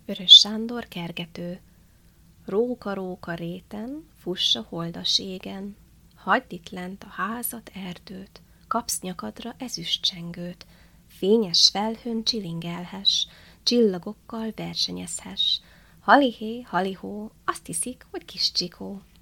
Vörös Sándor kergető. Róka-róka réten, fuss a holdas égen, hagyd itt lent a házat, erdőt, kapsz nyakadra ezüstcsengőt, fényes felhőn csilingelhess, csillagokkal versenyezhess. Halihé, halihó, azt hiszik, hogy kis csikó.